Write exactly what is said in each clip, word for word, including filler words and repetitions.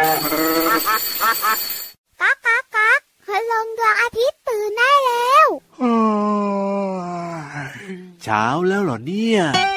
ก๊ากก๊ากก๊ากคืนลงดวงอาทิตย์ตื่นได้แล้วเช้าแล้วเหรอเนี่ย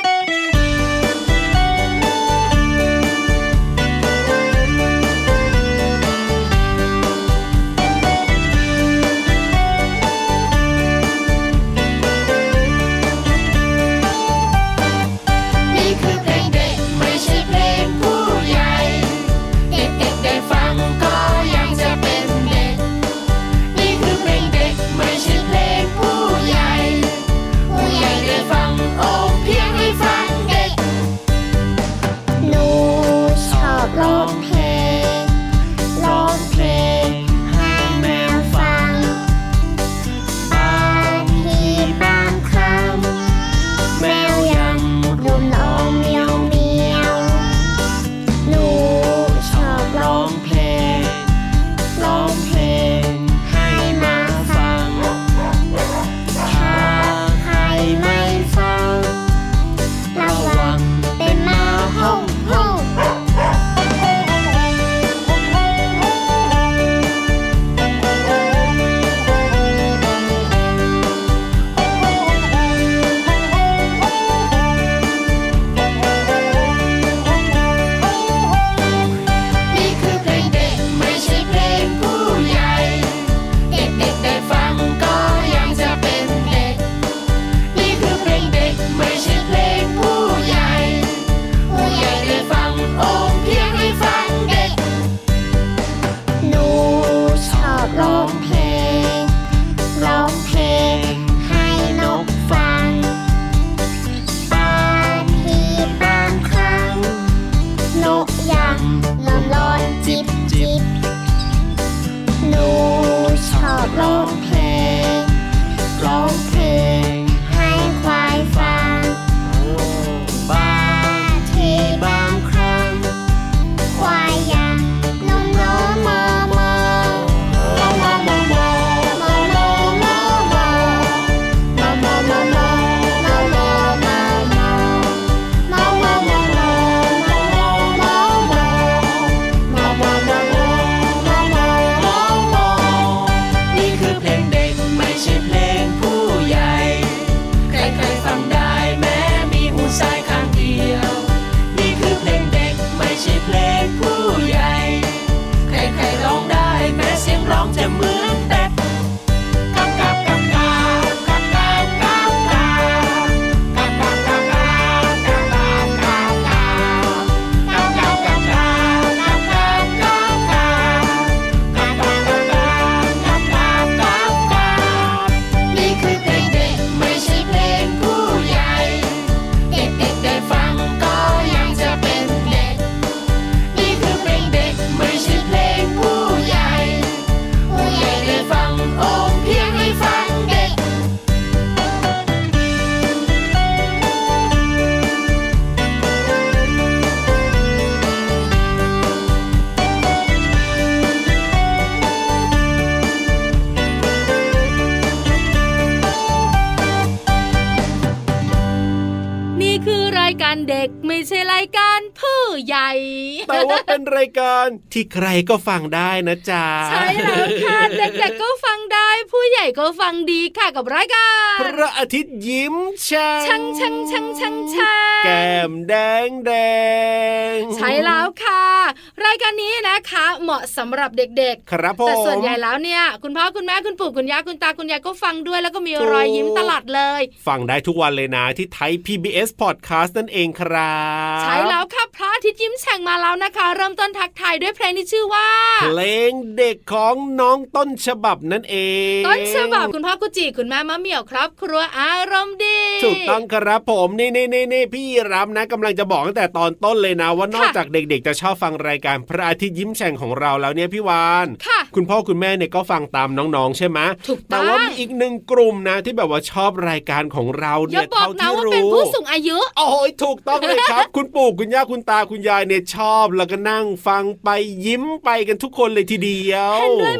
เด็กไม่ใช่รายการผู้ใหญ่แต่ว่าเป็นรายการที่ใครก็ฟังได้นะจ๊ะใช่แล้วค่ะเด็กๆก็ฟังได้ผู้ใหญ่ก็ฟังดีค่ะกับรายการพระอาทิตย์ยิ้มช่างช่างช่างช่างช่างช่างแก้มแดงแดงใช่แล้วค่ะรายการนี้นะคะเหมาะสำหรับเด็กๆครับผมแต่ส่วนใหญ่แล้วเนี่ยคุณพ่อคุณแม่คุณปู่คุณย่าคุณตาคุณยายก็ฟังด้วยแล้วก็มีรอยยิ้มตลอดเลยฟังได้ทุกวันเลยนะที่ไทย พี บี เอส Podcast นั่นเองครับใช่แล้วค่ะพระอาทิตย์ยิ้มแฉ่งมาแล้วนะคะเริ่มต้นทักทายด้วยเพลงที่ชื่อว่าเพลงเด็กของน้องต้นฉบับนั่นเองต้นฉบับคุณพ่อกุจิคุณแม่มะเหมี่ยวครับครัวอารมณ์ดีถูกต้องครับผมนี่นี่นี่นี่พี่รับนะกำลังจะบอกตั้งแต่ตอนต้นเลยนะว่านอกจากเด็กๆจะชอบฟังรายการพระอาทิตย์ยิ้มแฉ่งของเราแล้วเนี่ยพี่วานคุณพ่อคุณแม่เนี่ยก็ฟังตามน้องๆใช่ไหมแต่ว่ามีอีกหนึ่งกลุ่มนะที่แบบว่าชอบรายการของเราเนี่ยเท่าที่รู้เป็นผู้สูงอายุโอ้ยถูกต้องเลยครับ คุณปู่คุณย่าคุณตาคุณยายเนี่ยชอบแล้วก็นั่งฟังไปยิ้มไปกันทุกคนเลยทีเดียวเห็นด้วยมากๆ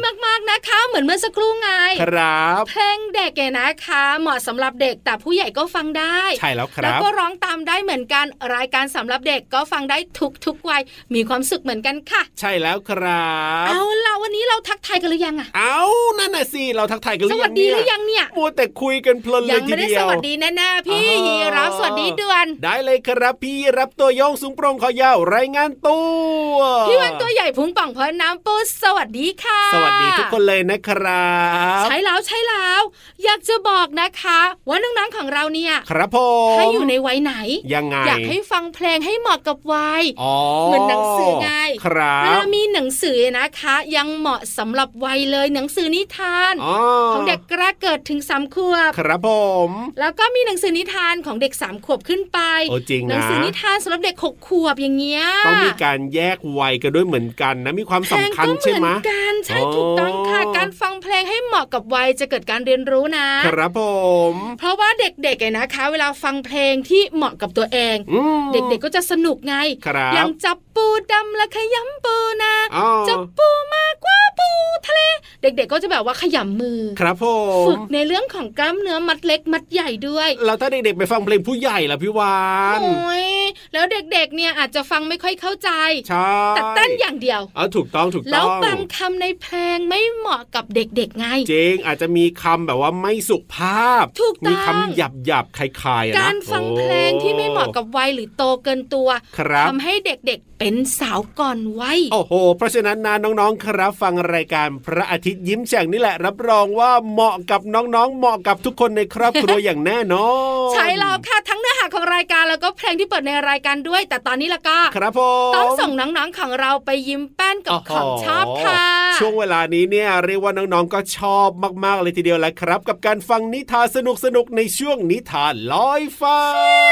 นะคะเหมือนเมื่อสักครู่ไงครับเพลงเด็กเนี่ยนะคะเหมาะสำหรับเด็กแต่ผู้ใหญ่ก็ฟังได้ใช่แล้วครับแล้วก็ร้องตามได้เหมือนกันรายการสำหรับเด็กก็ฟังได้ทุกทุกวัยมีความสุขเหมือนกันค่ะใช่แล้วครับเอาล่ะวันนี้เราทักทายกันหรือยังอะเอานั่นน่ะสิเราทักทายกันหรือยังสวัสดีหรือยังเนี่ยมัวแต่คุยกันเพลินเลยทีเดียวยังไม่ได้สวัสดีแน่ๆพี่ยีรับสวัสดีด่วนได้เลยครับพี่รับตัวโยงสูงโปร่งคอยาวรายงานตัวพี่วันตัวใหญ่พุงป่องพอน้ำปูสวัสดีค่ะสวัสดีทุกคนเลยนะครับใช่แล้วใช่แล้วอยากจะบอกนะคะว่าน้องๆของเราเนี่ยครับผมให้อยู่ในวัยไหนยังไงอยากให้ฟังเพลงให้เหมาะกับวัยเหมือนหนังสือไงครับเวลามีหนังสือนะคะยังเหมาะสำหรับวัยเลยหนังสือนิทานของเด็กแรกเกิดถึงสามขวบครับผมแล้วก็มีหนังสือนิทานของเด็กสามขวบขึ้นไปหนังสือนิทานสำหรับเด็กหกขวบอย่างเงี้ยต้องมีการแยกวัยกันด้วยเหมือนกันนะมีความสำคัญใช่ไหมการใช่ถูกต้องค่ะการฟังเพลงให้เหมาะกับวัยจะเกิดการเรียนรู้นะครับผมเพราะว่าเด็กๆนะคะเวลาฟังเพลงที่เหมาะกับตัวเองเด็กๆก็จะสนุกไงอย่างจับปูดำและขยำปูนะจับปูมากกว่าปูทะเลเด็กๆก็จะแบบว่าขยำมือครับผมฝึกในเรื่องของกล้ามเนื้อมัดเล็กมัดใหญ่ด้วยแล้วถ้าเด็กๆไปฟังเพลงผู้ใหญ่ล่ะพี่วานโอ้ยแล้วเด็กๆเนี่ยอาจจะฟังไม่ค่อยเข้าใจใช่แต่เต้นอย่างเดียวอ๋อถูกต้องถูกต้องแล้วบางคำในเพลงไม่เหมาะกับเด็กๆไงจริงอาจจะมีคำแบบว่าไม่สุภาพมีคำหยาบๆคลายๆนะการฟังเพลงที่ไม่เหมาะกับวัยหรือโตเกินตัวทำให้เด็กๆเป็นสาวก่อนวัยโอ้โหเพราะฉะนั้นนะน้องๆครับฟังรายการพระอาทิตย์ยิ้มแฉ่งนี่แหละรับรองว่าเหมาะกับน้องๆเหมาะกับทุกคนในครอบครัว อย่างแน่นอนใช่แล้วค่ะทั้งเนื้อหาของรายการแล้วก็เพลงที่เปิดในรายการด้วยแต่ตอนนี้ละก็ครับผมต้องส่งน้องๆของเราไปยิ้มแป้นกับของชอบค่ะช่วงเวลานี้เนี่ยเรียกว่าน้องๆก็ชอบมากๆเลยทีเดียวแหละครับกับการฟังนิทานสนุกๆในช่วงนิทานลอยฟ้า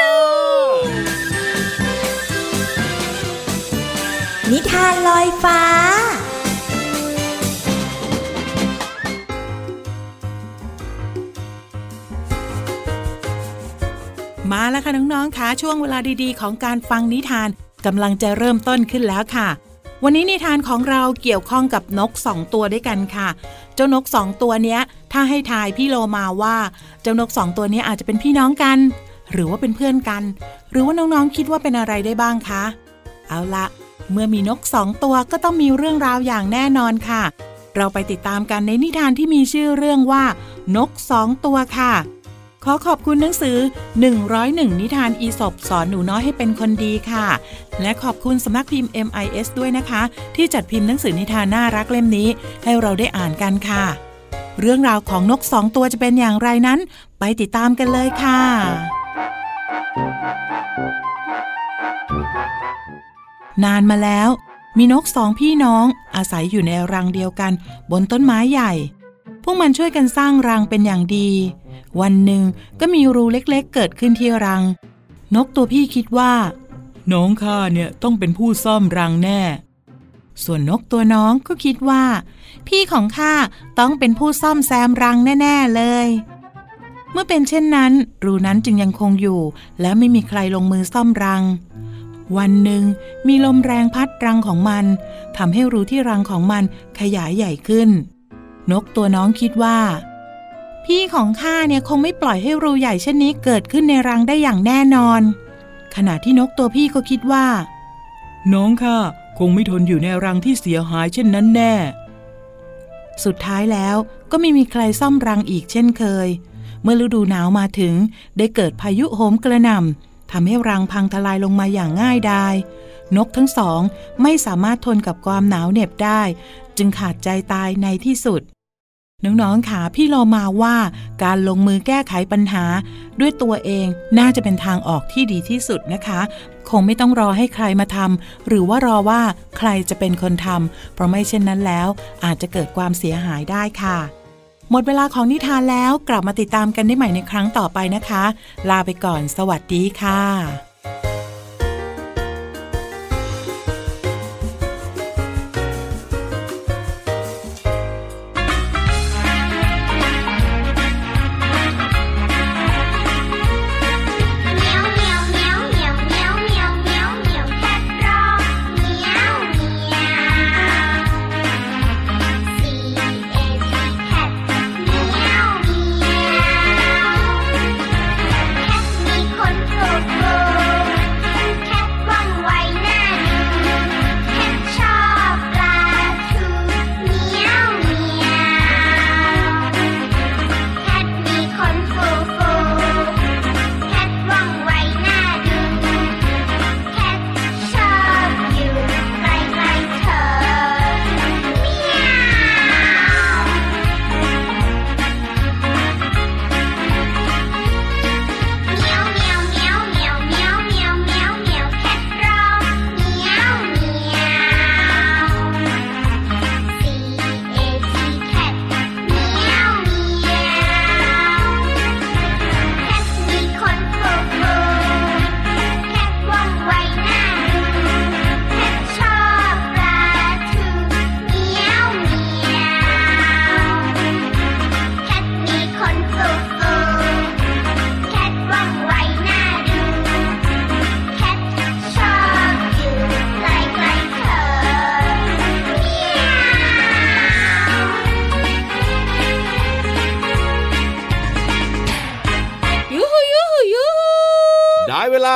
นิทานลอยฟ้ามาแล้วค่ะน้องๆค่ะช่วงเวลาดีๆของการฟังนิทานกำลังจะเริ่มต้นขึ้นแล้วค่ะวันนี้นิทานของเราเกี่ยวข้องกับนกสองตัวด้วยกันค่ะเจ้านกสองตัวเนี้ยถ้าให้ทายพี่โลมาว่าเจ้านกสองตัวนี้อาจจะเป็นพี่น้องกันหรือว่าเป็นเพื่อนกันหรือว่าน้องๆคิดว่าเป็นอะไรได้บ้างคะเอาละเมื่อมีนกสองตัวก็ต้องมีเรื่องราวอย่างแน่นอนค่ะเราไปติดตามกันในนิทานที่มีชื่อเรื่องว่านกสองตัวค่ะขอขอบคุณหนังสือหนึ่งร้อยเอ็ดนิทานอีสปสอนหนูน้อยให้เป็นคนดีค่ะและขอบคุณสำนักพิมพ์ เอ็ม ไอ เอส ด้วยนะคะที่จัดพิมพ์หนังสือนิทานน่ารักเล่มนี้ให้เราได้อ่านกันค่ะเรื่องราวของนกสองตัวจะเป็นอย่างไรนั้นไปติดตามกันเลยค่ะนานมาแล้วมีนกสองพี่น้องอาศัยอยู่ในรังเดียวกันบนต้นไม้ใหญ่พวกมันช่วยกันสร้างรังเป็นอย่างดีวันหนึ่งก็มีรูเล็กๆเกิดขึ้นที่รังนกตัวพี่คิดว่าน้องข้าเนี่ยต้องเป็นผู้ซ่อมรังแน่ส่วนนกตัวน้องก็คิดว่าพี่ของข้าต้องเป็นผู้ซ่อมแซมรังแน่ๆเลยเมื่อเป็นเช่นนั้นรูนั้นจึงยังคงอยู่และไม่มีใครลงมือซ่อมรังวันหนึ่งมีลมแรงพัดรังของมันทำให้รูที่รังของมันขยายใหญ่ขึ้นนกตัวน้องคิดว่าพี่ของข้าเนี่ยคงไม่ปล่อยให้รูใหญ่เช่นนี้เกิดขึ้นในรังได้อย่างแน่นอนขณะที่นกตัวพี่ก็คิดว่าน้องข้าคงไม่ทนอยู่ในรังที่เสียหายเช่นนั้นแน่สุดท้ายแล้วก็ไม่มีใครซ่อมรังอีกเช่นเคยเมื่อฤดูหนาวมาถึงได้เกิดพายุโหมกระหน่ำทำให้รังพังทลายลงมาอย่างง่ายดายนกทั้งสองไม่สามารถทนกับความหนาวเหน็บได้จึงขาดใจตายในที่สุดน้องๆค่ะพี่เรามาว่าการลงมือแก้ไขปัญหาด้วยตัวเองน่าจะเป็นทางออกที่ดีที่สุดนะคะคงไม่ต้องรอให้ใครมาทำหรือว่ารอว่าใครจะเป็นคนทำเพราะไม่เช่นนั้นแล้วอาจจะเกิดความเสียหายได้ค่ะหมดเวลาของนิทานแล้วกลับมาติดตามกันได้ใหม่ในครั้งต่อไปนะคะลาไปก่อนสวัสดีค่ะเ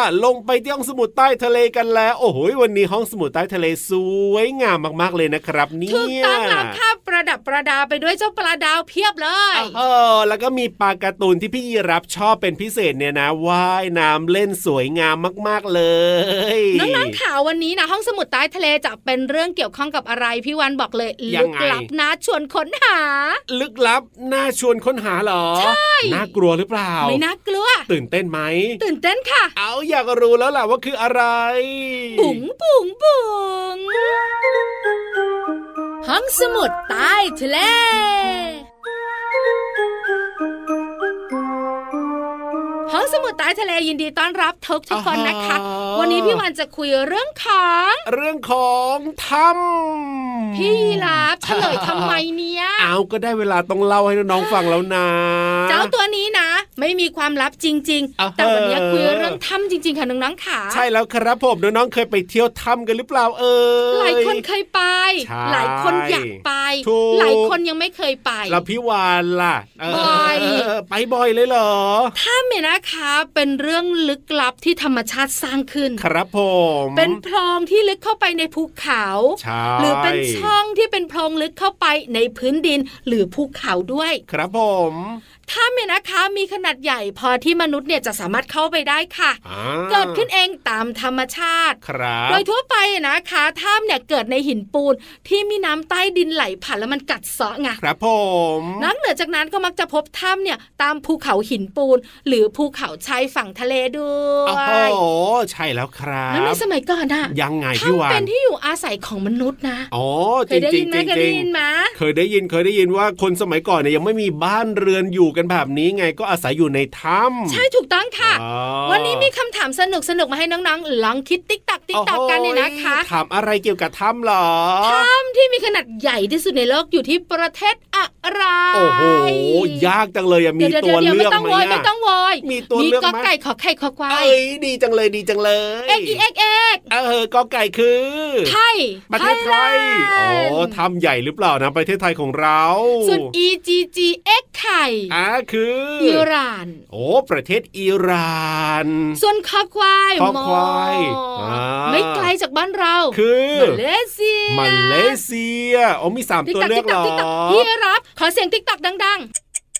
ลงไปที่ห้องสมุดใต้ทะเลกันแล้วโอ้โหวันนี้ห้องสมุดใต้ทะเลสวยงามมากๆเลยนะครับเนี่ยถูกต้องแล้วค่ะประดับประดาไปด้วยเจ้าปลาดาวเพียบเลยเออแล้วก็มีปลาการ์ตูนที่พี่ยีรับชอบเป็นพิเศษเนี่ยนะว่ายน้ำเล่นสวยงามมากๆเลยน้องๆข่าววันนี้นะห้องสมุดใต้ทะเลจะเป็นเรื่องเกี่ยวข้องกับอะไรพี่วันบอกเลยลึกลับน่าชวนค้นหาลึกลับน่าชวนค้นหาเหรอใช่น่ากลัวหรือเปล่าไม่น่ากลัวตื่นเต้นไหมตื่นเต้นค่ะเอาอยากรู้แล้วล่ะว่าคืออะไรบุ๋งบุ๋งบุ๋งห้องสมุดใต้ทะเลห้องสมุดใต้ทะเลยินดีต้อนรับทุกทุกคนนะคะวันนี้พี่วันจะคุยเรื่องของเรื่องของถ้ำพี่รับเฉลยทำไมเนี่ยเอาก็ได้เวลาต้องเล่าให้น้องๆฟังแล้วนะเจ้าตัวนี้นะไม่มีความลับจริงๆแต่วันนี้คุยเรื่องถ้ำจริงๆค่ะน้องๆค่ะใช่แล้วครับผมน้องๆเคยไปเที่ยวถ้ำกันหรือเปล่าเออหลายคนเคยไปหลายคนอยากไปหลายคนยังไม่เคยไปแล้วพี่วานล่ะบ่อยไปบ่อยเลยเหรอถ้ำเนี่ยนะคะเป็นเรื่องลึกลับที่ธรรมชาติสร้างขึ้นครับผมเป็นโพรงที่ลึกเข้าไปในภูเขาหรือเป็นช่องที่เป็นโพรงลึกเข้าไปในพื้นดินหรือภูเขาด้วยครับผมถ้ำเนี่ยนะคะมีขนาดใหญ่พอที่มนุษย์เนี่ยจะสามารถเข้าไปได้ค่ะเกิดขึ้นเองตามธรรมชาติโดยทั่วไปนะคะถ้ำเนี่ยเกิดในหินปูนที่มีน้ำใต้ดินไหลผ่านแล้วมันกัดเซาะไงครับผมนอกเหนือจากนั้นก็มักจะพบถ้ำเนี่ยตามภูเขาหินปูนหรือภูเขาชายฝั่งทะเลด้วยโอ้ใช่แล้วครับแล้วในสมัยก่อนน่ะยังไงพี่วานเป็นที่อยู่อาศัยของมนุษย์นะอ๋อเคยได้ยินไหมเคยได้ยินไหมเคยได้ยินเคยได้ยินว่าคนสมัยก่อนเนี่ยยังไม่มีบ้านเรือนอยู่กันแบบนี้ไงก็อาศัยอยู่ในถ้ำใช่ถูกต้องค่ะวันนี้มีคำถามสนุกสนุกมาให้น้องๆลองคิดติ๊กตักติ๊กตักกันเนี่ยนะคะถามอะไรเกี่ยวกับถ้ำหรอถ้ำที่มีขนาดใหญ่ที่สุดในโลกอยู่ที่ประเทศอะไรโอ้โหยากจังเลยมีตัวเลือกไหมไม่ต้องโวยไม่ต้องโวยมีตัวเลือกไหมมีกอไก่ขอไข่ขอควายเอ้ยดีจังเลยดีจังเลยเอ็กอีเอ็กเอ็กเออกอไก่คือไทยประเทศไทยอ๋อถ้ำใหญ่หรือเปล่านะประเทศไทยของเราส่วน อี จี จี เอ็ก ไข่อ่าคืออิหร่านโอ้ประเทศอิหร่านส่วนคอควายคอควายไม่ไกลจากบ้านเราคือมาเลเซียมาเลเซียโอ้มีสามตัวเลือกหรอพี่รับขอเสียงติ๊กตักดังๆ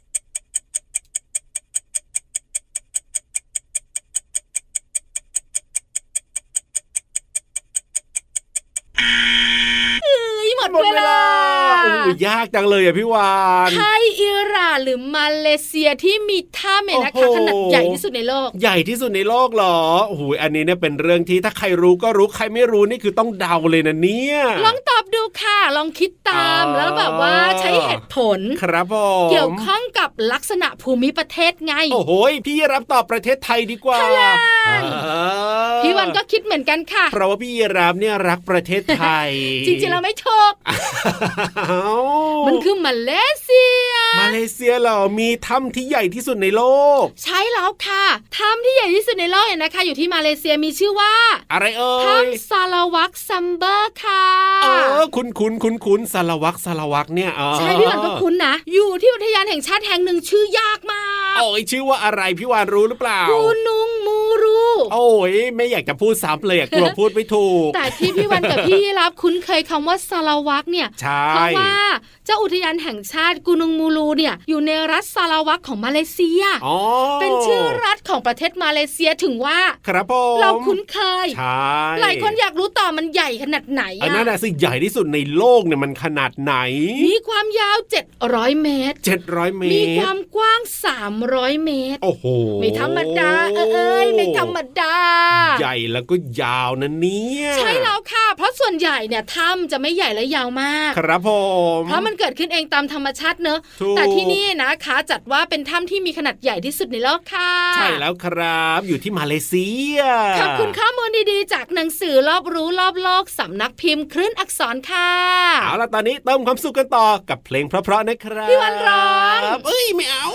หมดเวลาโอ้ยากจังเลยอ่ะพี่วานไทยอิหร่านหรือมาเลเซียที่มีถ้ำเนี่ยนะคะขนาดใหญ่ที่สุดในโลกใหญ่ที่สุดในโลกเหรอโอ้โหอันนี้เนี่ยเป็นเรื่องที่ถ้าใครรู้ก็รู้ใครไม่รู้นี่คือต้องเดาเลยนะเนี่ยลองตอบดูค่ะลองคิดตามแล้วแบบว่าใช้เหตุผลครับผมเกี่ยวข้องกับลักษณะภูมิประเทศไงโอ้โหพี่รับตอบประเทศไทยดีกว่าพี่วันก็คิดเหมือนกันค่ะเพราะว่าพี่รับเนี่ยรักประเทศไทยจริงๆเราไม่ถูกมันคือมาเลเซียมาเลเซียเหรอมีถ้ำที่ใหญ่ที่สุดในโลกใช่แล้วค่ะถ้ำที่ใหญ่ที่สุดในโลกเนี่ยนะคะอยู่ที่มาเลเซียมีชื่อว่าอะไรเอ่ยถ้ำซาลาวักซัมเบอร์ค่ะเออคุ้นคุ้นคุ้นคุ้นซาลาวักซาลาวักเนี่ยใช่พี่วานก็คุ้นนะอยู่ที่อุทยานแห่งชาติแห่งหนึ่งชื่อยากมากโอ้ยชื่อว่าอะไรพี่วานรู้หรือเปล่ากูนุงมูรูโอ้ยไม่อยากจะพูดซ้ำเลยกลัวพูดไม่ถูกแต่ที่พี่วานกับพี่รับคุ้นเคยคำว่าซาลาวักเนี่ยเพราะว่าเจ้าอุทยานแห่งชาติกูนุงมูรูเนี่ยอยู่ในรัฐซาลาวักของมาเลเซียเป็นชื่อรัฐของประเทศมาเลเซียถึงว่าครับผมเราคุ้นเคยใช่หลายคนอยากรู้ต่อมันใหญ่ขนาดไหนอ่ะอันนั้นน่ะสิใหญ่ที่สุดในโลกเนี่ยมันขนาดไหนมีความยาวเจ็ดร้อยเมตรเจ็ดร้อยเมตรมีความกว้างสามร้อยเมตรโอ้โหไม่ธรรมดาเอ้ยไม่ธรรมดาใหญ่แล้วก็ยาวนะเนี่ยใช่แล้วค่ะเพราะส่วนใหญ่เนี่ยถ้ำจะไม่ใหญ่และยาวมากครับผมเพราะมันเกิดขึ้นเองตามธรรมชาติเนอะแต่ที่นี่นะคะจัดว่าเป็นถ้ำที่มีขนาดใหญ่ที่สุดในโลกค่ะใช่แล้วครับอยู่ที่มาเลเซียขอบคุณข้อมูลดีๆจากหนังสือรอบรู้รอบโลกสำนักพิมพ์คลื่นอักษรค่ะเอาล่ะตอนนี้เติมความสุขกันต่อกับเพลงเพราะๆนะครับพี่วันร้องเอ้ยไม่เอา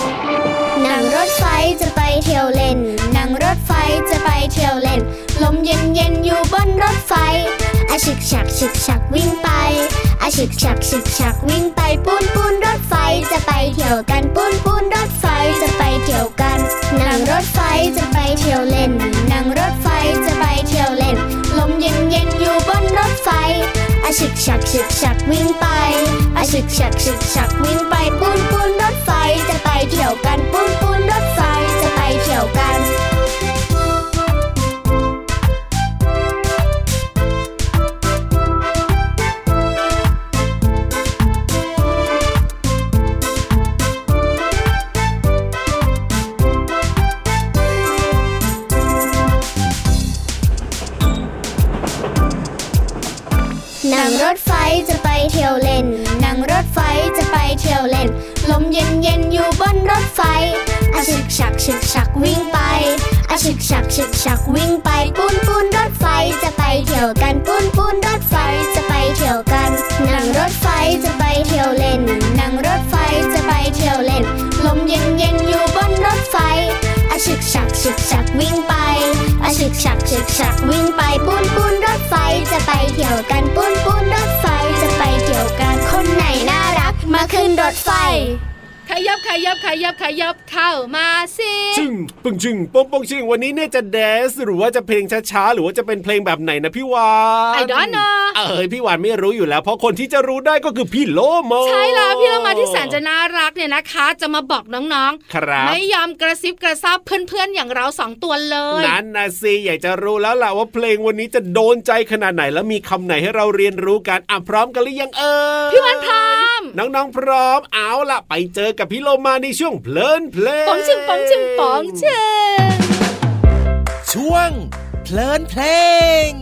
จะไปเที่ยวเล่นนั่งรถไฟจะไปเที่ยวเล่นลมเเย็นๆอยู่บนรถไฟอาฉึกฉักฉึกฉักวิ่งไปอาฉึกฉักฉึกฉักวิ่งไปปูนปูนรถไฟจะไปเที่ยวกันปูนปูนรถไฟจะไปเที่ยวกันนั่งรถไฟจะไปเที่ยวเล่นนั่งรถไฟจะไปเที่ยวเล่นลมเย็นๆอยู่บนรถไฟอาฉึกฉักฉึกฉักวิ่งไปอาฉึกฉักฉึกฉักวิ่งไปปูนปูนรถไฟจะไปเที่ยวกันปูนปูนรถไฟจะไปเที่ยวกันนั่งรถไฟจะไปเที่ยวเล่นนั่งรถไฟจะไปเที่ยวเล่นลมเย็นๆอยู่บนรถไฟอาฉึกฉักฉึกฉักวิ่งไปอาฉึกฉักฉึกฉักวิ่งไปปูนปูนรถไฟจะไปเที่ยวกันปูนปูนรถไฟจะไปเที่ยวกันนั่งรถไฟจะไปเที่ยวเล่นนั่งรถไฟจะไปเที่ยวเล่นลมเย็นๆอยู่บนรถไฟอาฉึกฉักฉึกฉักวิ่งไปอาฉึกฉักฉึกฉักวิ่งไปปูนปูนรถไฟจะไปเที่ยวกันปูนปูนรถไฟจะไปเที่ยวกันคนไหนน่ารักมาขึ้นรถไฟขยับขยับขยับขยับเข้ามาสิชึ่งปึ้งชึ่งปงปงชึ่งวันนี้เนี่ยจะแดนซ์หรือว่าจะเพลงช้าๆหรือว่าจะเป็นเพลงแบบไหนนะพี่วานไอ้ดอนนะเอ้ยพี่วานไม่รู้อยู่แล้วเพราะคนที่จะรู้ได้ก็คือพี่โลมาใช่แล้วพี่โลมาที่แสนจะน่ารักเนี่ยนะคะจะมาบอกน้องๆครับไม่ยอมกระซิบกระซาบเพื่อนๆอย่างเราสองตัวเลยนั่นนะสิอยากจะรู้แล้วล่ะว่าเพลงวันนี้จะโดนใจขนาดไหนแล้วมีคำไหนให้เราเรียนรู้กันอ่ะพร้อมกันหรือยังเอ่ยพี่วานพร้อมน้องๆพร้อมเอาล่ะไปเจอกับพี่โลมาในช่วงเพลินเพลงปองชึงปองชึงปองชึงช่วงเพลินเพลง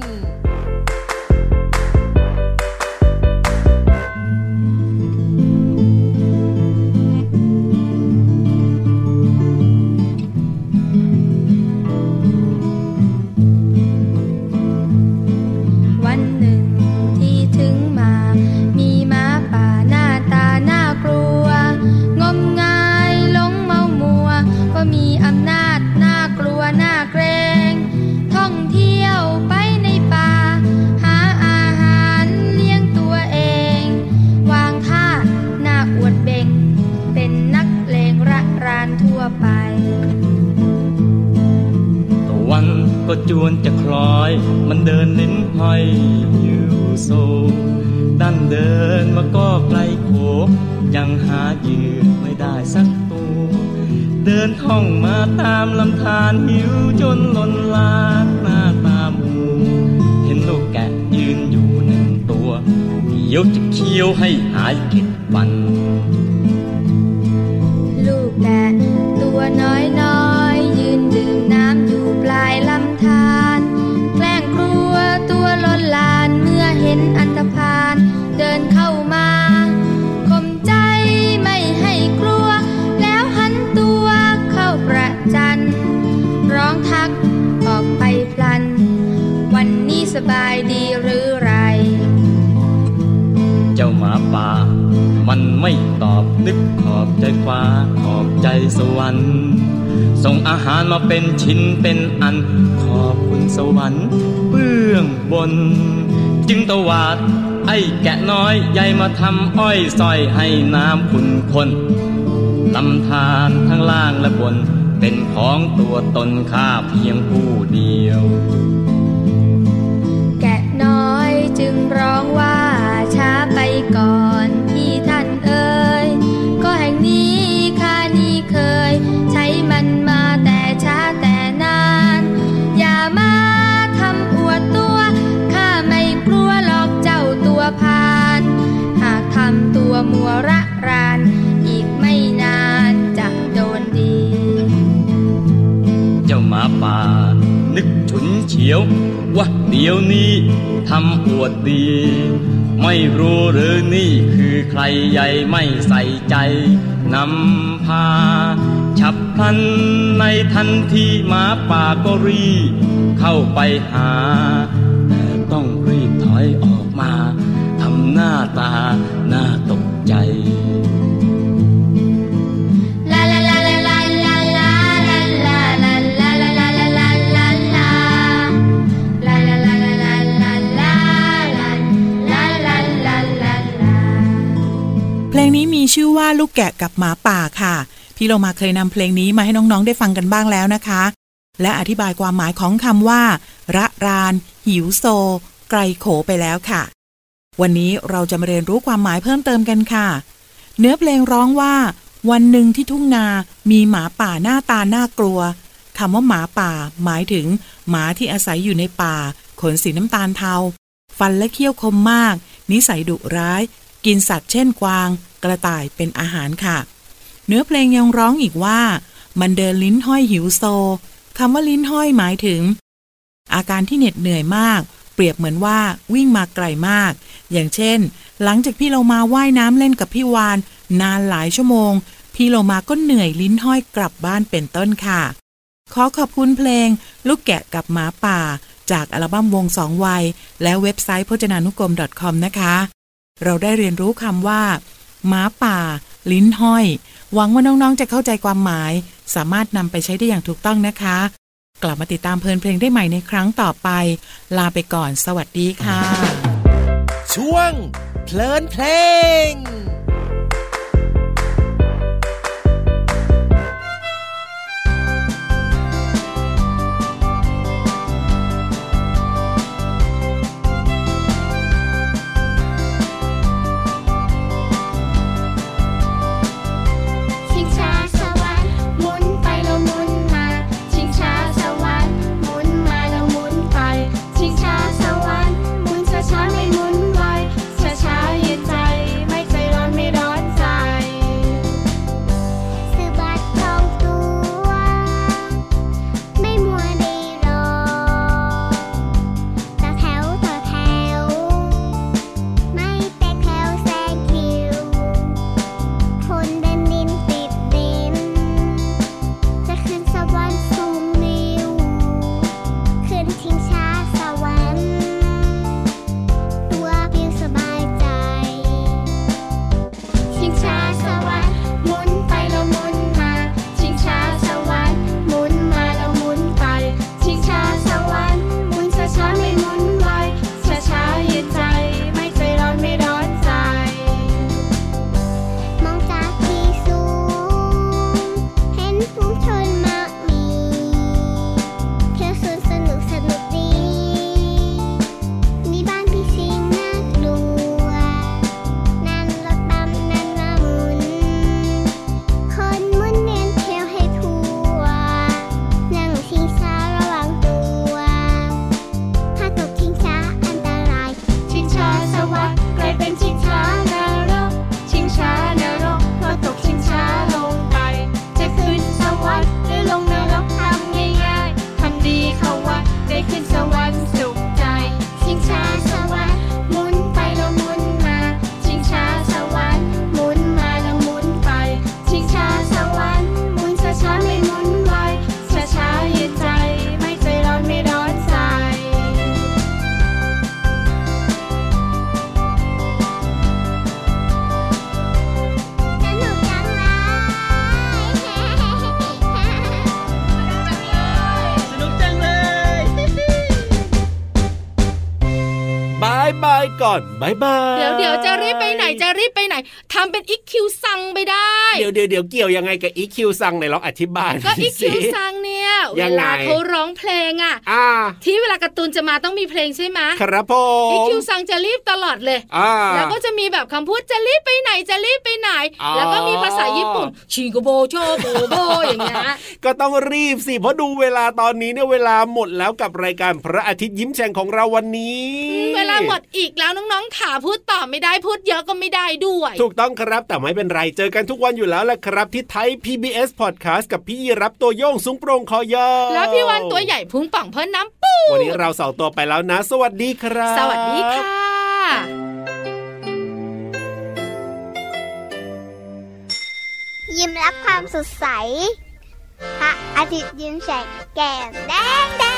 วันหนึ่งที่ถึงมามีม้าป่าหน้าตาน่ากลัวงมงายหลงเมามัวก็มีอำนาจน่ากลัวน่าเกรงท่องเที่ยวไปในป่าหาอาหารเลี้ยงตัวเองวางท่าหน้าอวดเบ่งเป็นนักเลงระรานทั่วไปตะวันก็จวนจะคล้อยมันเดินเน้นห้อยอยู่โซดันเดินมาก็ไกลโขยังหาเหยื่อไม่ได้สักตัวเดินท่องมาตามลำธารหิวจนล้นลากหน้าตาหมูเห็นลูกแกะยืนอยู่หนึ่งตัวเดี๋ยวจะเคี้ยวให้หายเข็ดฟันลูกแกะตัวน้อยน้อยยืนดื่มน้ำอยู่ปลายลำธารแกล้งกลัวตัวล้นลานเมื่อเห็นอันธพาลเดินเข้ามาข่มใจไม่ให้กลัวแล้วหันตัวเข้าประจันร้องทักออกไปพลันวันนี้สบายดีหรือไรเจ้าหมาป่ามันไม่ตอบนึกขอบใจฟ้าขอบใจสวรรค์ส่งอาหารมาเป็นชิ้นเป็นอันขอบคุณสวรรค์เบื้องบนจึงตวาดไอ้แกะน้อยใหญ่มาทำอ้อยส้อยให้น้ำขุ่นข้นลำธารทั้งล่างและบนเป็นของตัวตนข้าเพียงผู้เดียวแกะน้อยจึงร้องว่าช้าไปก่อนพี่ท่านเอ๋ยก็แห่งนี้ข้านี่เคยใช้มันมาแต่ช้าแต่นานอย่ามาทำอวดตัวข้าไม่กลัวหรอกเจ้าตัวพานหากทำตัวมัวระรานอีกไม่นานจะโดนดีเจ้าหมาป่านึกฉุนเฉียวว่าเดี๋ยวนี้ทำอวดดีไม่รู้หรือนี่คือใครใหญ่ไม่ใส่ใจนำพาฉับพลันในทันทีหมาป่าก็รีบเข้าไปหาแต่ต้องรีบถอยออกมาทำหน้าตาน่าตกใจลลงนี้มีชื่อว่าลูกแกะกับหมาป่าค่ะพี่โลมาเคยนำเพลงนี้มาให้น้องๆได้ฟังกันบ้างแล้วนะคะและอธิบายความหมายของคำว่าระรานหิวโซไกรโขไปแล้วค่ะวันนี้เราจะมาเรียนรู้ความหมายเพิ่มเติมกันค่ะเนื้อเพลงร้องว่าวันหนึ่งที่ทุ่งนามีหมาป่าหน้าตาน่ากลัวคำว่าหมาป่าหมายถึงหมาที่อาศัยอยู่ในป่าขนสีน้ำตาลเทาฟันและเขี้ยวคมมากนิสัยดุร้ายกินสัตว์เช่นกวางกระต่ายเป็นอาหารค่ะเนื้อเพลงยังร้องอีกว่ามันเดินลิ้นห้อยหิวโซคำว่าลิ้นห้อยหมายถึงอาการที่เหน็ดเหนื่อยมากเปรียบเหมือนว่าวิ่งมาไกลมากอย่างเช่นหลังจากพี่โลมาว่ายน้ำเล่นกับพี่วานนานหลายชั่วโมงพี่โลมาก็เหนื่อยลิ้นห้อยกลับบ้านเป็นต้นค่ะขอขอบคุณเพลงลูกแกะกับหมาป่าจากอัลบั้มวงสองวัยและเว็บไซต์พจนานุกรม .com นะคะเราได้เรียนรู้คำว่าหมาป่าลิ้นห้อยหวังว่าน้องๆจะเข้าใจความหมายสามารถนำไปใช้ได้อย่างถูกต้องนะคะกลับมาติดตามเพลินเพลงได้ใหม่ในครั้งต่อไปลาไปก่อนสวัสดีค่ะช่วงเพลินเพลงก่อนบายบายเดี๋ยวเดี๋ยวจะรีบไปไหนจะรีบไปไหนทำเป็นอีคคิวซังไปได้เดี๋ยวเดี๋ยวเดี๋ยวเกี่ยวยังไงกับอีคคิวซังไหนลองอธิบายก็อีคคิวซังเนี่ยเวลาเขาร้องเพลงอ่ะที่เวลาการ์ตูนจะมาต้องมีเพลงใช่ไหมครับผมอีคคิวซังจะรีบตลอดเลยแล้วก็จะมีแบบคำพูดจะรีบไปไหนจะรีบไปไหนแล้วก็มีภาษาญี่ปุ่นชิโกโบโชโบโบอย่างเงี้ยก็ต้องรีบสิเพราะดูเวลาตอนนี้เนี่ยเวลาหมดแล้วกับรายการพระอาทิตย์ยิ้มแฉ่งของเราวันนี้เวลาหมดอีกแล้วน้องๆขาพูดต่อไม่ได้พูดเยอะก็ไม่ได้ด้วยถูกต้องครับแต่ไม่เป็นไรเจอกันทุกวันอยู่แล้วแหละครับที่ไทย พี บี เอส Podcast กับพี่รับตัวโยงสูงโปร่งคอยาวแล้วพี่วันตัวใหญ่พุงป่องเพิ่นน้ำปูวันนี้เราสองตัวไปแล้วนะสวัสดีครับสวัสดีค่ะยิ้มรับความสดใสพระอาทิตย์ยิ้มแฉกแก้มแดง